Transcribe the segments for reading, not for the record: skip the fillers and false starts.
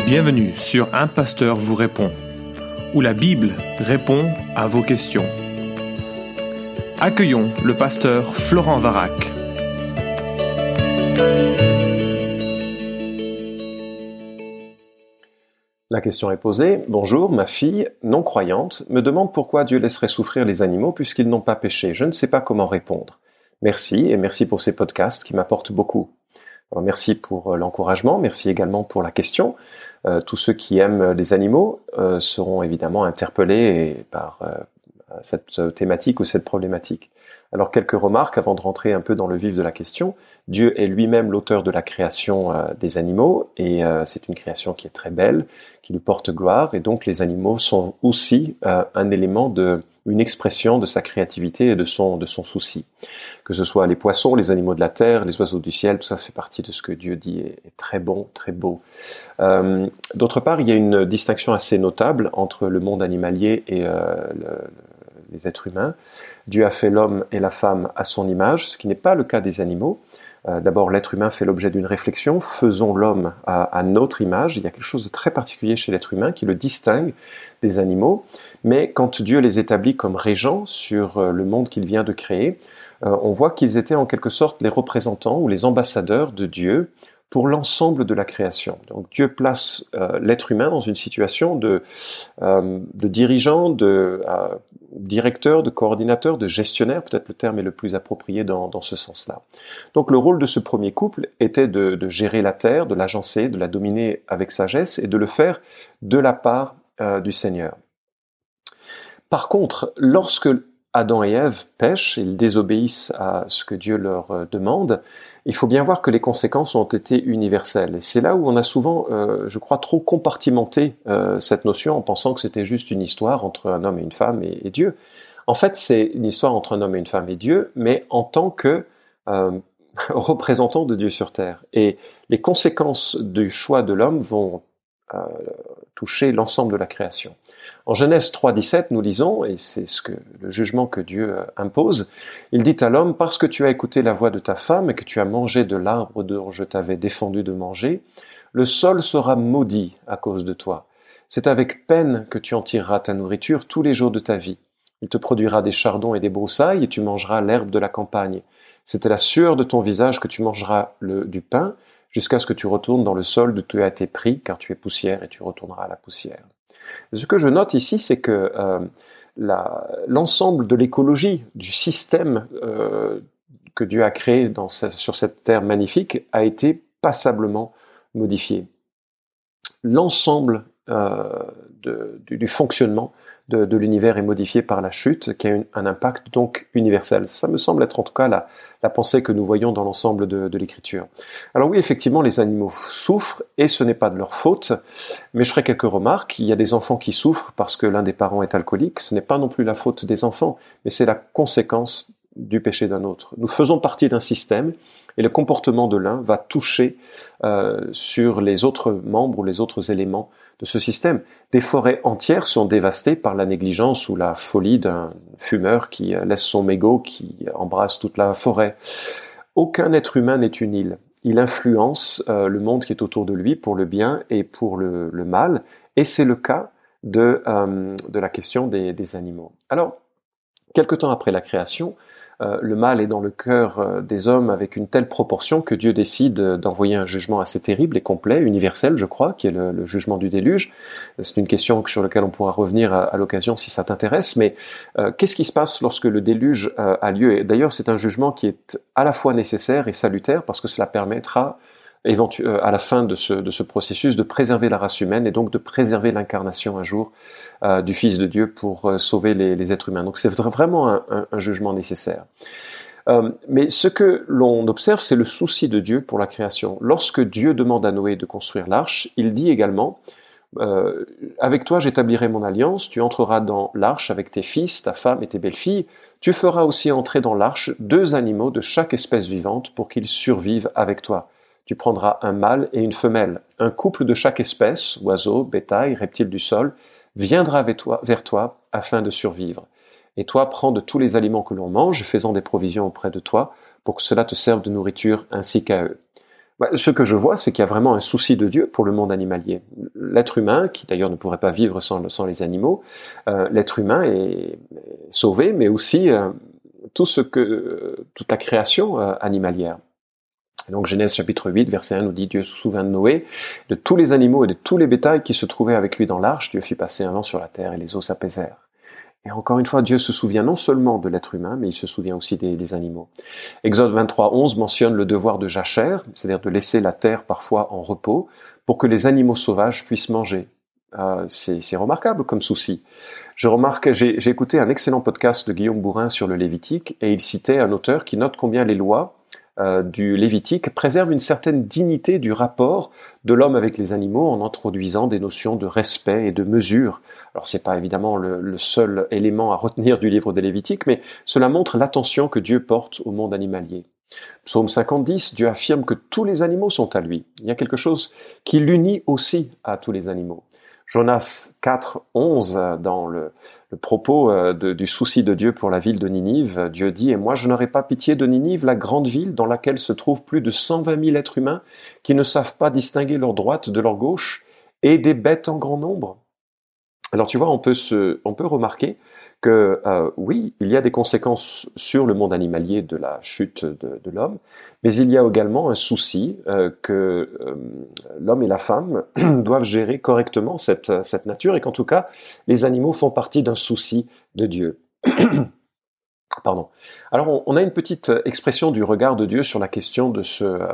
Bienvenue sur Un Pasteur vous répond, où la Bible répond à vos questions. Accueillons le pasteur Florent Varac. La question est posée. Bonjour, ma fille, non-croyante, me demande pourquoi Dieu laisserait souffrir les animaux puisqu'ils n'ont pas péché. Je ne sais pas comment répondre. Merci, et merci pour ces podcasts qui m'apportent beaucoup. Alors, merci pour l'encouragement, merci également pour la question. Tous ceux qui aiment les animaux seront évidemment interpellés par cette thématique ou cette problématique. Alors, quelques remarques avant de rentrer un peu dans le vif de la question. Dieu est lui-même l'auteur de la création des animaux et c'est une création qui est très belle, qui lui porte gloire, et donc les animaux sont aussi un élément une expression de sa créativité et de son souci. Que ce soit les poissons, les animaux de la terre, les oiseaux du ciel, tout ça fait partie de ce que Dieu dit est très bon, très beau. D'autre part, il y a une distinction assez notable entre le monde animalier et les êtres humains. Dieu a fait l'homme et la femme à son image, ce qui n'est pas le cas des animaux. D'abord, l'être humain fait l'objet d'une réflexion. Faisons l'homme à notre image. Il y a quelque chose de très particulier chez l'être humain qui le distingue des animaux. Mais quand Dieu les établit comme régents sur le monde qu'il vient de créer, on voit qu'ils étaient en quelque sorte les représentants ou les ambassadeurs de Dieu pour l'ensemble de la création. Donc Dieu place l'être humain dans une situation de dirigeant, de directeur, de coordinateur, de gestionnaire, peut-être le terme est le plus approprié dans ce sens-là. Donc le rôle de ce premier couple était de gérer la terre, de l'agencer, de la dominer avec sagesse et de le faire de la part du Seigneur. Par contre, lorsque Adam et Ève pêchent, ils désobéissent à ce que Dieu leur demande, il faut bien voir que les conséquences ont été universelles. Et c'est là où on a souvent, je crois, trop compartimenté cette notion en pensant que c'était juste une histoire entre un homme et une femme et Dieu. En fait, c'est une histoire entre un homme et une femme et Dieu, mais en tant que représentant de Dieu sur terre. Et les conséquences du choix de l'homme vont toucher l'ensemble de la création. En Genèse 3,17, nous lisons, et c'est le jugement que Dieu impose, il dit à l'homme, « Parce que tu as écouté la voix de ta femme et que tu as mangé de l'arbre dont je t'avais défendu de manger, le sol sera maudit à cause de toi. C'est avec peine que tu en tireras ta nourriture tous les jours de ta vie. Il te produira des chardons et des broussailles et tu mangeras l'herbe de la campagne. C'est à la sueur de ton visage que tu mangeras du pain, jusqu'à ce que tu retournes dans le sol d'où tu as été pris, car tu es poussière et tu retourneras à la poussière. » Ce que je note ici, c'est que l'ensemble de l'écologie, du système que Dieu a créé sur cette terre magnifique, a été passablement modifié. L'ensemble du fonctionnement de l'univers est modifié par la chute, qui a un impact donc universel. Ça me semble être en tout cas la pensée que nous voyons dans l'ensemble de l'Écriture. Alors oui, effectivement, les animaux souffrent, et ce n'est pas de leur faute, mais je ferai quelques remarques. Il y a des enfants qui souffrent parce que l'un des parents est alcoolique. Ce n'est pas non plus la faute des enfants, mais c'est la conséquence du péché d'un autre. Nous faisons partie d'un système, et le comportement de l'un va toucher sur les autres membres ou les autres éléments de ce système. Des forêts entières sont dévastées par la négligence ou la folie d'un fumeur qui laisse son mégot, qui embrasse toute la forêt. Aucun être humain n'est une île. Il influence le monde qui est autour de lui pour le bien et pour le mal, et c'est le cas de la question des animaux. Alors, quelque temps après la création, le mal est dans le cœur des hommes avec une telle proportion que Dieu décide d'envoyer un jugement assez terrible et complet, universel, je crois, qui est le jugement du déluge. C'est une question sur laquelle on pourra revenir à l'occasion si ça t'intéresse, mais qu'est-ce qui se passe lorsque le déluge a lieu? Et d'ailleurs, c'est un jugement qui est à la fois nécessaire et salutaire parce que cela permettra à la fin de ce processus de préserver la race humaine et donc de préserver l'incarnation un jour du Fils de Dieu pour sauver les êtres humains. Donc c'est vraiment un jugement nécessaire. Mais ce que l'on observe, c'est le souci de Dieu pour la création. Lorsque Dieu demande à Noé de construire l'arche, il dit également avec toi j'établirai mon alliance, tu entreras dans l'arche avec tes fils, ta femme et tes belles-filles, tu feras aussi entrer dans l'arche 2 animaux de chaque espèce vivante pour qu'ils survivent avec toi. Tu prendras un mâle et une femelle. Un couple de chaque espèce, oiseaux, bétail, reptiles du sol, viendra vers toi afin de survivre. Et toi, prends de tous les aliments que l'on mange, faisant des provisions auprès de toi, pour que cela te serve de nourriture ainsi qu'à eux. Ce que je vois, c'est qu'il y a vraiment un souci de Dieu pour le monde animalier. L'être humain, qui d'ailleurs ne pourrait pas vivre sans les animaux, l'être humain est sauvé, mais aussi toute la création animalière. Et donc Genèse chapitre 8, verset 1 nous dit « Dieu se souvint de Noé, de tous les animaux et de tous les bétails qui se trouvaient avec lui dans l'arche. Dieu fit passer un vent sur la terre et les eaux s'apaisèrent. » Et encore une fois, Dieu se souvient non seulement de l'être humain, mais il se souvient aussi des animaux. Exode 23, 11 mentionne le devoir de jachère, c'est-à-dire de laisser la terre parfois en repos, pour que les animaux sauvages puissent manger. C'est remarquable comme souci. J'ai écouté un excellent podcast de Guillaume Bourrin sur le Lévitique, et il citait un auteur qui note combien les lois du Lévitique préserve une certaine dignité du rapport de l'homme avec les animaux en introduisant des notions de respect et de mesure. Alors c'est pas évidemment le seul élément à retenir du livre des Lévitiques, mais cela montre l'attention que Dieu porte au monde animalier. Psaume 50, Dieu affirme que tous les animaux sont à lui. Il y a quelque chose qui l'unit aussi à tous les animaux. Jonas 4, 11, dans le propos du souci de Dieu pour la ville de Ninive, Dieu dit « Et moi je n'aurai pas pitié de Ninive, la grande ville dans laquelle se trouvent plus de 120 000 êtres humains qui ne savent pas distinguer leur droite de leur gauche et des bêtes en grand nombre. » Alors tu vois, on peut remarquer que oui, il y a des conséquences sur le monde animalier de la chute de l'homme, mais il y a également un souci que l'homme et la femme doivent gérer correctement cette nature, et qu'en tout cas, les animaux font partie d'un souci de Dieu. Pardon. Alors, on a une petite expression du regard de Dieu sur la question de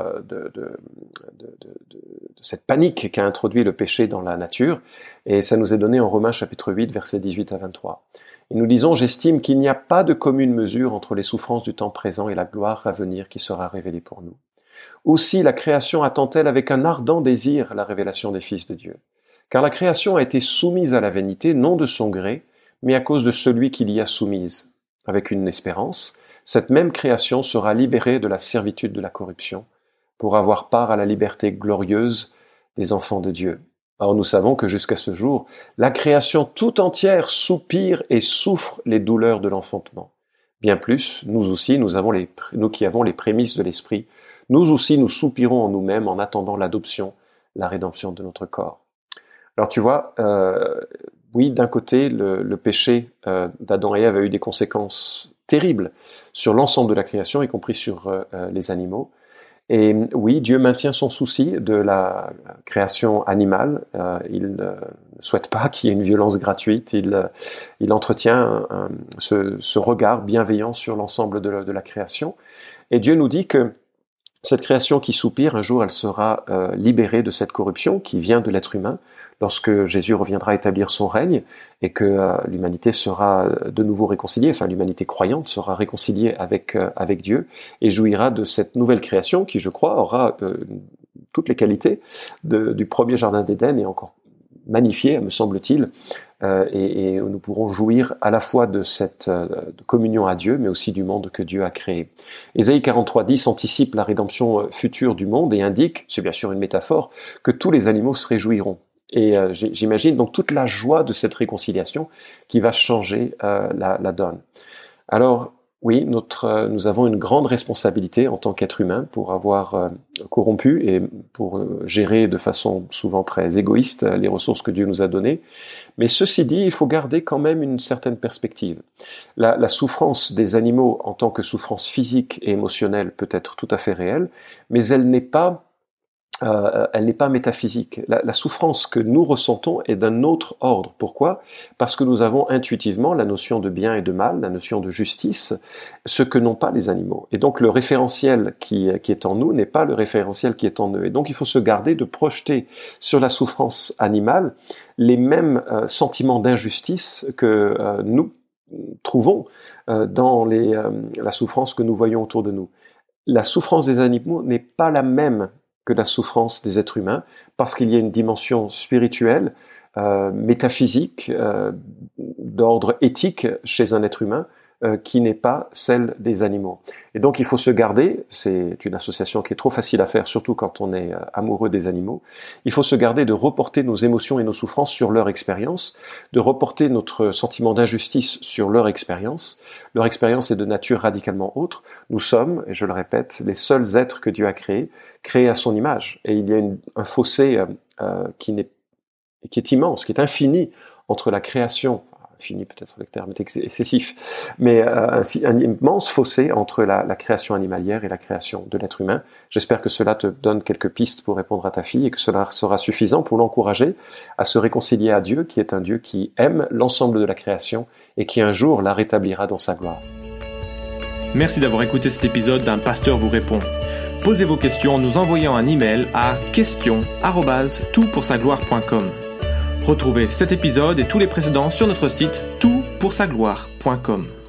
cette panique qu'a introduit le péché dans la nature, et ça nous est donné en Romains chapitre 8, versets 18 à 23. Et nous disons « J'estime qu'il n'y a pas de commune mesure entre les souffrances du temps présent et la gloire à venir qui sera révélée pour nous. Aussi la création attend-elle avec un ardent désir la révélation des fils de Dieu. Car la création a été soumise à la vanité, non de son gré, mais à cause de celui qui l'y a soumise. Avec une espérance, cette même création sera libérée de la servitude de la corruption, pour avoir part à la liberté glorieuse des enfants de Dieu. Or nous savons que jusqu'à ce jour, la création tout entière soupire et souffre les douleurs de l'enfantement. Bien plus, nous aussi, nous qui avons les prémices de l'esprit, nous aussi nous soupirons en nous-mêmes en attendant l'adoption, la rédemption de notre corps. Alors tu vois, oui, d'un côté, le péché d'Adam et Ève a eu des conséquences terribles sur l'ensemble de la création, y compris sur les animaux. Et oui, Dieu maintient son souci de la création animale. Il ne souhaite pas qu'il y ait une violence gratuite. Il entretient ce regard bienveillant sur l'ensemble de la création. Et Dieu nous dit que cette création qui soupire, un jour, elle sera libérée de cette corruption qui vient de l'être humain lorsque Jésus reviendra établir son règne et que l'humanité sera de nouveau réconciliée, enfin l'humanité croyante sera réconciliée avec Dieu et jouira de cette nouvelle création qui, je crois, aura toutes les qualités du premier jardin d'Éden et encore magnifiée, me semble-t-il, et nous pourrons jouir à la fois de cette communion à Dieu, mais aussi du monde que Dieu a créé. Ésaïe 43:10 anticipe la rédemption future du monde et indique, c'est bien sûr une métaphore, que tous les animaux se réjouiront. Et j'imagine donc toute la joie de cette réconciliation qui va changer la donne. Alors, oui, nous avons une grande responsabilité en tant qu'être humain pour avoir corrompu et pour gérer de façon souvent très égoïste les ressources que Dieu nous a données. Mais ceci dit, il faut garder quand même une certaine perspective. La souffrance des animaux en tant que souffrance physique et émotionnelle peut être tout à fait réelle, mais elle n'est pas métaphysique. La souffrance que nous ressentons est d'un autre ordre. Pourquoi ? Parce que nous avons intuitivement la notion de bien et de mal, la notion de justice, ce que n'ont pas les animaux. Et donc le référentiel qui est en nous n'est pas le référentiel qui est en eux. Et donc il faut se garder de projeter sur la souffrance animale les mêmes sentiments d'injustice que nous trouvons dans la souffrance que nous voyons autour de nous. La souffrance des animaux n'est pas la même que la souffrance des êtres humains, parce qu'il y a une dimension spirituelle, métaphysique, d'ordre éthique chez un être humain, qui n'est pas celle des animaux. Et donc il faut se garder, c'est une association qui est trop facile à faire, surtout quand on est amoureux des animaux, il faut se garder de reporter nos émotions et nos souffrances sur leur expérience, de reporter notre sentiment d'injustice sur leur expérience. Leur expérience est de nature radicalement autre. Nous sommes, et je le répète, les seuls êtres que Dieu a créés à son image. Et il y a un fossé qui est immense, qui est infini entre la création, infini peut-être le terme est excessif, mais un immense fossé entre la création animalière et la création de l'être humain. J'espère que cela te donne quelques pistes pour répondre à ta fille et que cela sera suffisant pour l'encourager à se réconcilier à Dieu, qui est un Dieu qui aime l'ensemble de la création et qui un jour la rétablira dans sa gloire. Merci d'avoir écouté cet épisode d'Un pasteur vous répond. Posez vos questions en nous envoyant un email à questions@toutpoursagloire.com. Retrouvez cet épisode et tous les précédents sur notre site toutpoursagloire.com.